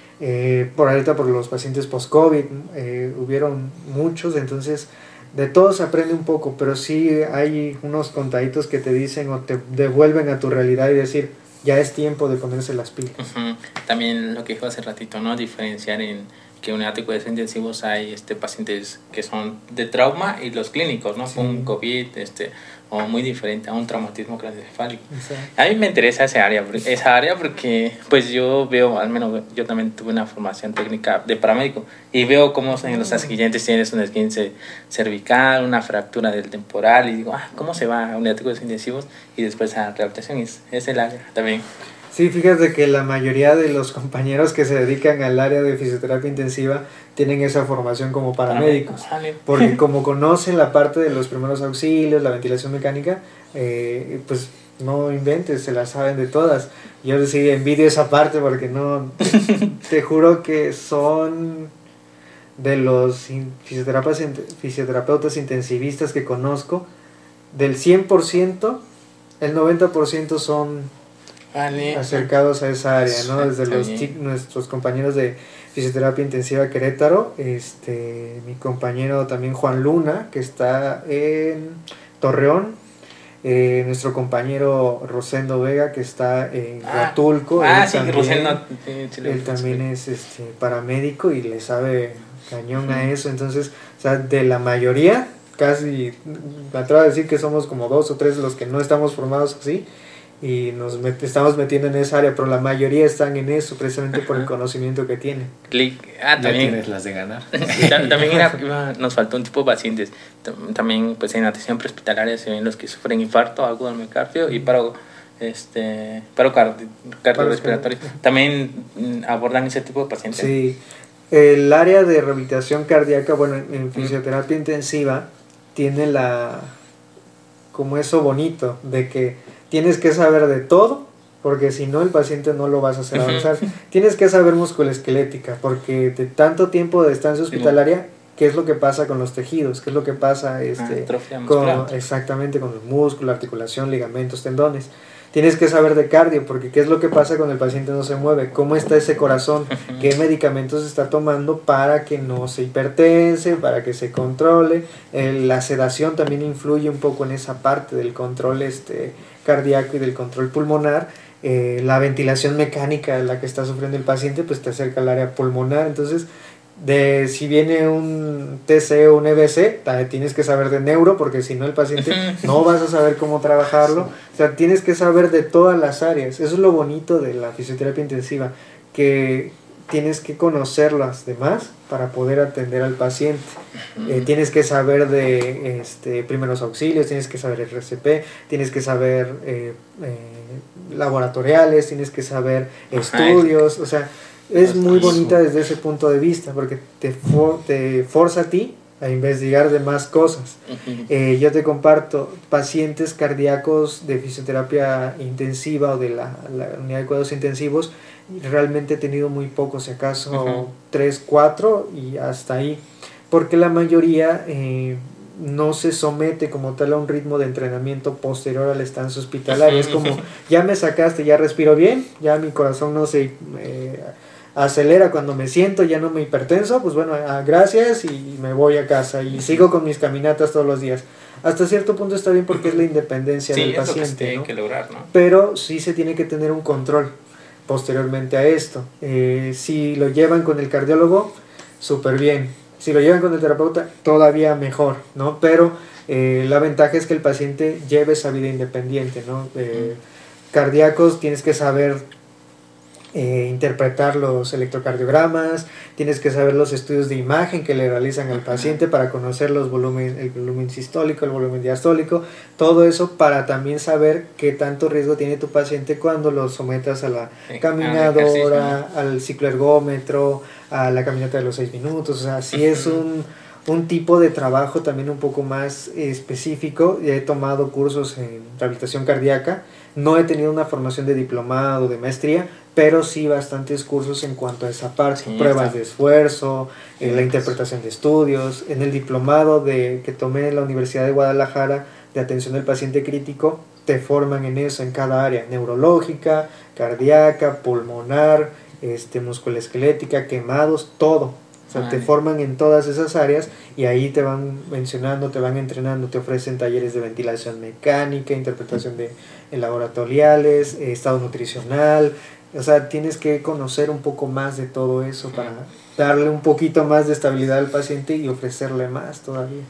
por ahorita por los pacientes post-COVID, hubieron muchos, entonces de todo se aprende un poco, pero sí hay unos contaditos que te dicen o te devuelven a tu realidad y decir, ya es tiempo de ponerse las pilas. También lo que dijo hace ratito, ¿no? Diferenciar en que unidad de cuidados intensivos hay pacientes que son de trauma y los clínicos, ¿no? Sí. Un COVID o muy diferente a un traumatismo craneoencefálico. A mí me interesa esa área porque pues yo veo, al menos yo también tuve una formación técnica de paramédico, y veo cómo en los accidentes tienes un esguince cervical, una fractura del temporal, y digo, ¿cómo se va a unidad de cuidados intensivos y después a rehabilitación? Es el área también. Sí, fíjate que la mayoría de los compañeros que se dedican al área de fisioterapia intensiva tienen esa formación como paramédicos, porque como conocen la parte de los primeros auxilios, la ventilación mecánica, pues no inventes, se la saben de todas. Yo sí envidio esa parte, porque no, te juro que son de los fisioterapeutas intensivistas que conozco, del 100%, el 90% son acercados a esa área, ¿no? Desde nuestros compañeros de fisioterapia intensiva Querétaro, mi compañero también Juan Luna, que está en Torreón, nuestro compañero Rosendo Vega, que está en Huatulco. Rosendo. Él también es paramédico y le sabe cañón a eso. Entonces, o sea, de la mayoría, casi me atrevo a decir que somos como 2 o 3 los que no estamos formados así y estamos metiendo en esa área, pero la mayoría están en eso precisamente por el conocimiento que tienen. También tienes las de ganar. También nos faltó un tipo de pacientes. También pues en atención prehospitalaria se ven los que sufren infarto agudo al miocardio y paro cardiorrespiratorio. También abordan ese tipo de pacientes. Sí, el área de rehabilitación cardíaca, bueno, en fisioterapia intensiva tiene como eso bonito de que tienes que saber de todo, porque si no el paciente no lo vas a hacer avanzar. Tienes que saber musculoesquelética, porque de tanto tiempo de estancia hospitalaria, ¿qué es lo que pasa con los tejidos? ¿Qué es lo que pasa exactamente con el músculo, articulación, ligamentos, tendones? Tienes que saber de cardio, porque ¿qué es lo que pasa cuando el paciente no se mueve? ¿Cómo está ese corazón? ¿Qué medicamentos está tomando para que no se hipertense, para que se controle? La sedación también influye un poco en esa parte del control cardíaco y del control pulmonar. La ventilación mecánica de la que está sufriendo el paciente, pues te acerca al área pulmonar. Entonces, si viene un TC o un EBC, tienes que saber de neuro, porque si no el paciente no vas a saber cómo trabajarlo. O sea, tienes que saber de todas las áreas. Eso es lo bonito de la fisioterapia intensiva, que tienes que conocer las demás para poder atender al paciente. Tienes que saber de primeros auxilios, tienes que saber RCP, tienes que saber laboratoriales, tienes que saber estudios, o sea, es muy bonita desde ese punto de vista, porque te forza a ti a investigar de más cosas. Yo te comparto pacientes cardíacos de fisioterapia intensiva o de la unidad de cuidados intensivos. Realmente he tenido muy pocos, si acaso 3, 4 y hasta ahí, porque la mayoría no se somete como tal a un ritmo de entrenamiento posterior a la estancia hospitalaria. Es como, ya me sacaste, ya respiro bien, ya mi corazón no se acelera cuando me siento, ya no me hipertenso, pues bueno, gracias y me voy a casa y sigo con mis caminatas todos los días. Hasta cierto punto está bien porque es la independencia del paciente, lo que se tiene que lograr, ¿no? Pero sí se tiene que tener un control posteriormente a esto. Si lo llevan con el cardiólogo, súper bien. Si lo llevan con el terapeuta, todavía mejor, ¿no? Pero la ventaja es que el paciente lleve esa vida independiente, ¿no? Cardíacos, tienes que saber interpretar los electrocardiogramas, tienes que saber los estudios de imagen que le realizan al paciente para conocer el volumen sistólico, el volumen diastólico, todo eso para también saber qué tanto riesgo tiene tu paciente cuando lo sometas a la caminadora, al cicloergómetro, a la caminata de los 6 minutos. O sea, sí es un tipo de trabajo también un poco más específico. He tomado cursos en rehabilitación cardíaca, no he tenido una formación de diplomado, de maestría, pero sí bastantes cursos en cuanto a esa parte, pruebas de esfuerzo, la interpretación de estudios. En el diplomado que tomé en la Universidad de Guadalajara de atención al paciente crítico, te forman en eso, en cada área, neurológica, cardíaca, pulmonar, musculoesquelética, quemados, todo. O sea, te forman en todas esas áreas y ahí te van mencionando, te van entrenando, te ofrecen talleres de ventilación mecánica, interpretación de laboratoriales, estado nutricional. O sea, tienes que conocer un poco más de todo eso para darle un poquito más de estabilidad al paciente y ofrecerle más todavía.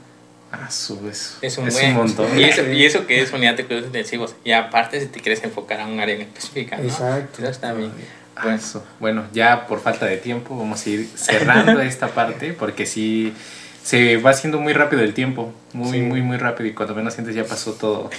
Es un montón. Y eso que es unidad de cuidados intensivos. Y aparte si te quieres enfocar a un área en específica, ¿no? Exacto. Eso está bien. Bueno, ya por falta de tiempo vamos a ir cerrando esta parte porque sí se va haciendo muy rápido el tiempo, muy rápido, y cuando menos sientes ya pasó todo.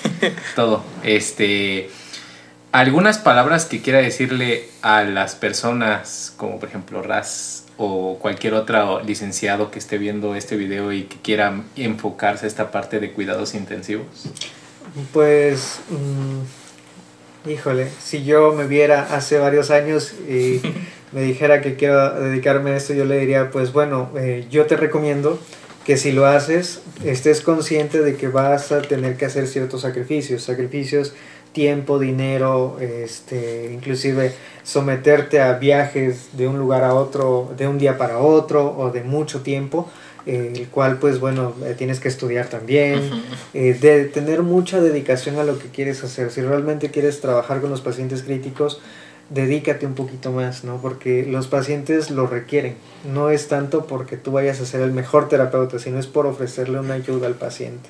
Algunas palabras que quiera decirle a las personas, como por ejemplo Raz o cualquier otro licenciado que esté viendo este video y que quiera enfocarse a esta parte de cuidados intensivos. Pues híjole, si yo me viera hace varios años y me dijera que quiero dedicarme a esto, yo le diría, pues bueno, yo te recomiendo que si lo haces estés consciente de que vas a tener que hacer ciertos sacrificios, tiempo, dinero, inclusive someterte a viajes de un lugar a otro, de un día para otro o de mucho tiempo, el cual pues bueno, tienes que estudiar también, de tener mucha dedicación a lo que quieres hacer. Si realmente quieres trabajar con los pacientes críticos, dedícate un poquito más, ¿no? Porque los pacientes lo requieren. No es tanto porque tú vayas a ser el mejor terapeuta, sino es por ofrecerle una ayuda al paciente.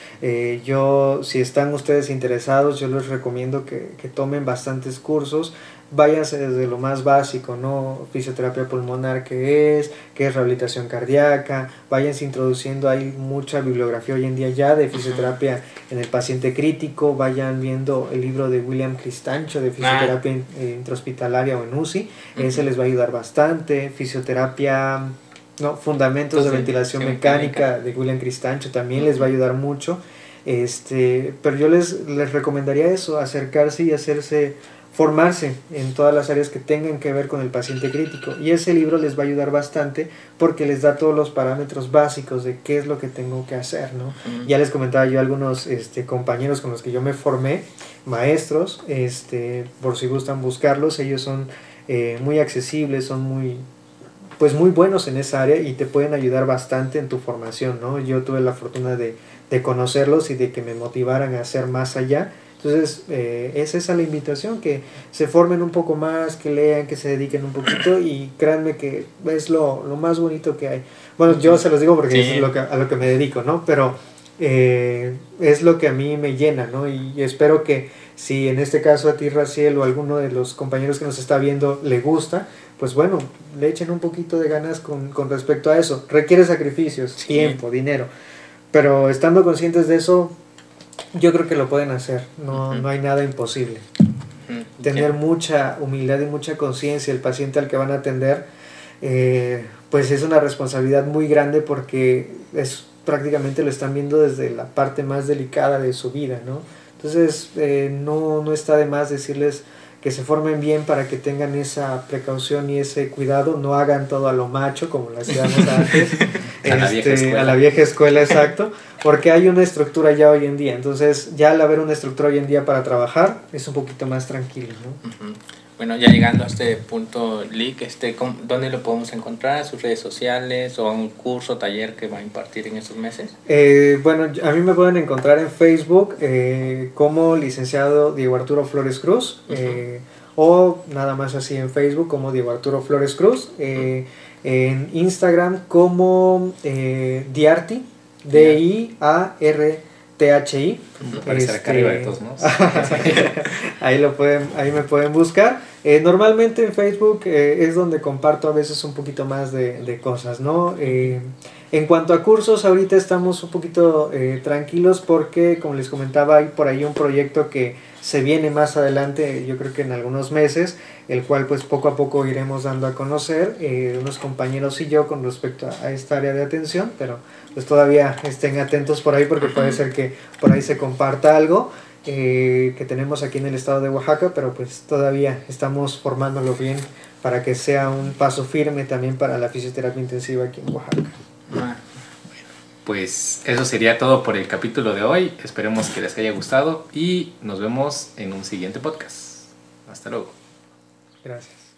Si están ustedes interesados, yo les recomiendo que tomen bastantes cursos. Váyanse desde lo más básico, ¿no? Fisioterapia pulmonar, qué es rehabilitación cardíaca. Váyanse introduciendo, hay mucha bibliografía hoy en día ya de fisioterapia en el paciente crítico. Vayan viendo el libro de William Cristancho de fisioterapia intrahospitalaria o en UCI. Ese les va a ayudar bastante. Fundamentos de ventilación mecánica de William Cristancho también les va a ayudar mucho. Pero yo les recomendaría eso, acercarse y formarse en todas las áreas que tengan que ver con el paciente crítico, y ese libro les va a ayudar bastante porque les da todos los parámetros básicos de qué es lo que tengo que hacer, ¿no? Ya les comentaba yo a algunos compañeros con los que yo me formé, maestros, por si gustan buscarlos, ellos son muy accesibles, son muy buenos en esa área y te pueden ayudar bastante en tu formación, ¿no? Yo tuve la fortuna de conocerlos y de que me motivaran a hacer más allá. Entonces, es esa la invitación, que se formen un poco más, que lean, que se dediquen un poquito, y créanme que es lo más bonito que hay. Bueno, yo se los digo porque es a lo que me dedico, ¿no? Pero es lo que a mí me llena, ¿no? Y espero que si en este caso a ti, Raciel, o a alguno de los compañeros que nos está viendo le gusta, pues bueno, le echen un poquito de ganas con respecto a eso. Requiere sacrificios, tiempo, dinero, pero estando conscientes de eso, yo creo que lo pueden hacer. No hay nada imposible. Tener mucha humildad y mucha conciencia. El paciente al que van a atender, pues es una responsabilidad muy grande, porque prácticamente lo están viendo desde la parte más delicada de su vida, ¿no? Entonces no está de más decirles que se formen bien para que tengan esa precaución y ese cuidado. No hagan todo a lo macho como lo hacíamos antes. A la vieja escuela, exacto, porque hay una estructura ya hoy en día. Entonces ya al haber una estructura hoy en día para trabajar, es un poquito más tranquilo, ¿no? Bueno, ya llegando a este punto, Lick, ¿dónde lo podemos encontrar? ¿Sus redes sociales o un curso, taller que va a impartir en estos meses? Bueno, a mí me pueden encontrar en Facebook como licenciado Diego Arturo Flores Cruz, o nada más así en Facebook como Diego Arturo Flores Cruz, en Instagram como Diarti, DIARTHI. Aparecer acá arriba de todos modos. ahí me pueden buscar. Normalmente en Facebook es donde comparto a veces un poquito más de cosas, ¿no? En cuanto a cursos, ahorita estamos un poquito tranquilos porque, como les comentaba, hay por ahí un proyecto que se viene más adelante, yo creo que en algunos meses, el cual pues poco a poco iremos dando a conocer, unos compañeros y yo, con respecto a esta área de atención, pero pues todavía estén atentos por ahí, porque puede ser que por ahí se comparta algo que tenemos aquí en el estado de Oaxaca, pero pues todavía estamos formándolo bien para que sea un paso firme también para la fisioterapia intensiva aquí en Oaxaca. Pues eso sería todo por el capítulo de hoy. Esperemos que les haya gustado y nos vemos en un siguiente podcast. Hasta luego. Gracias.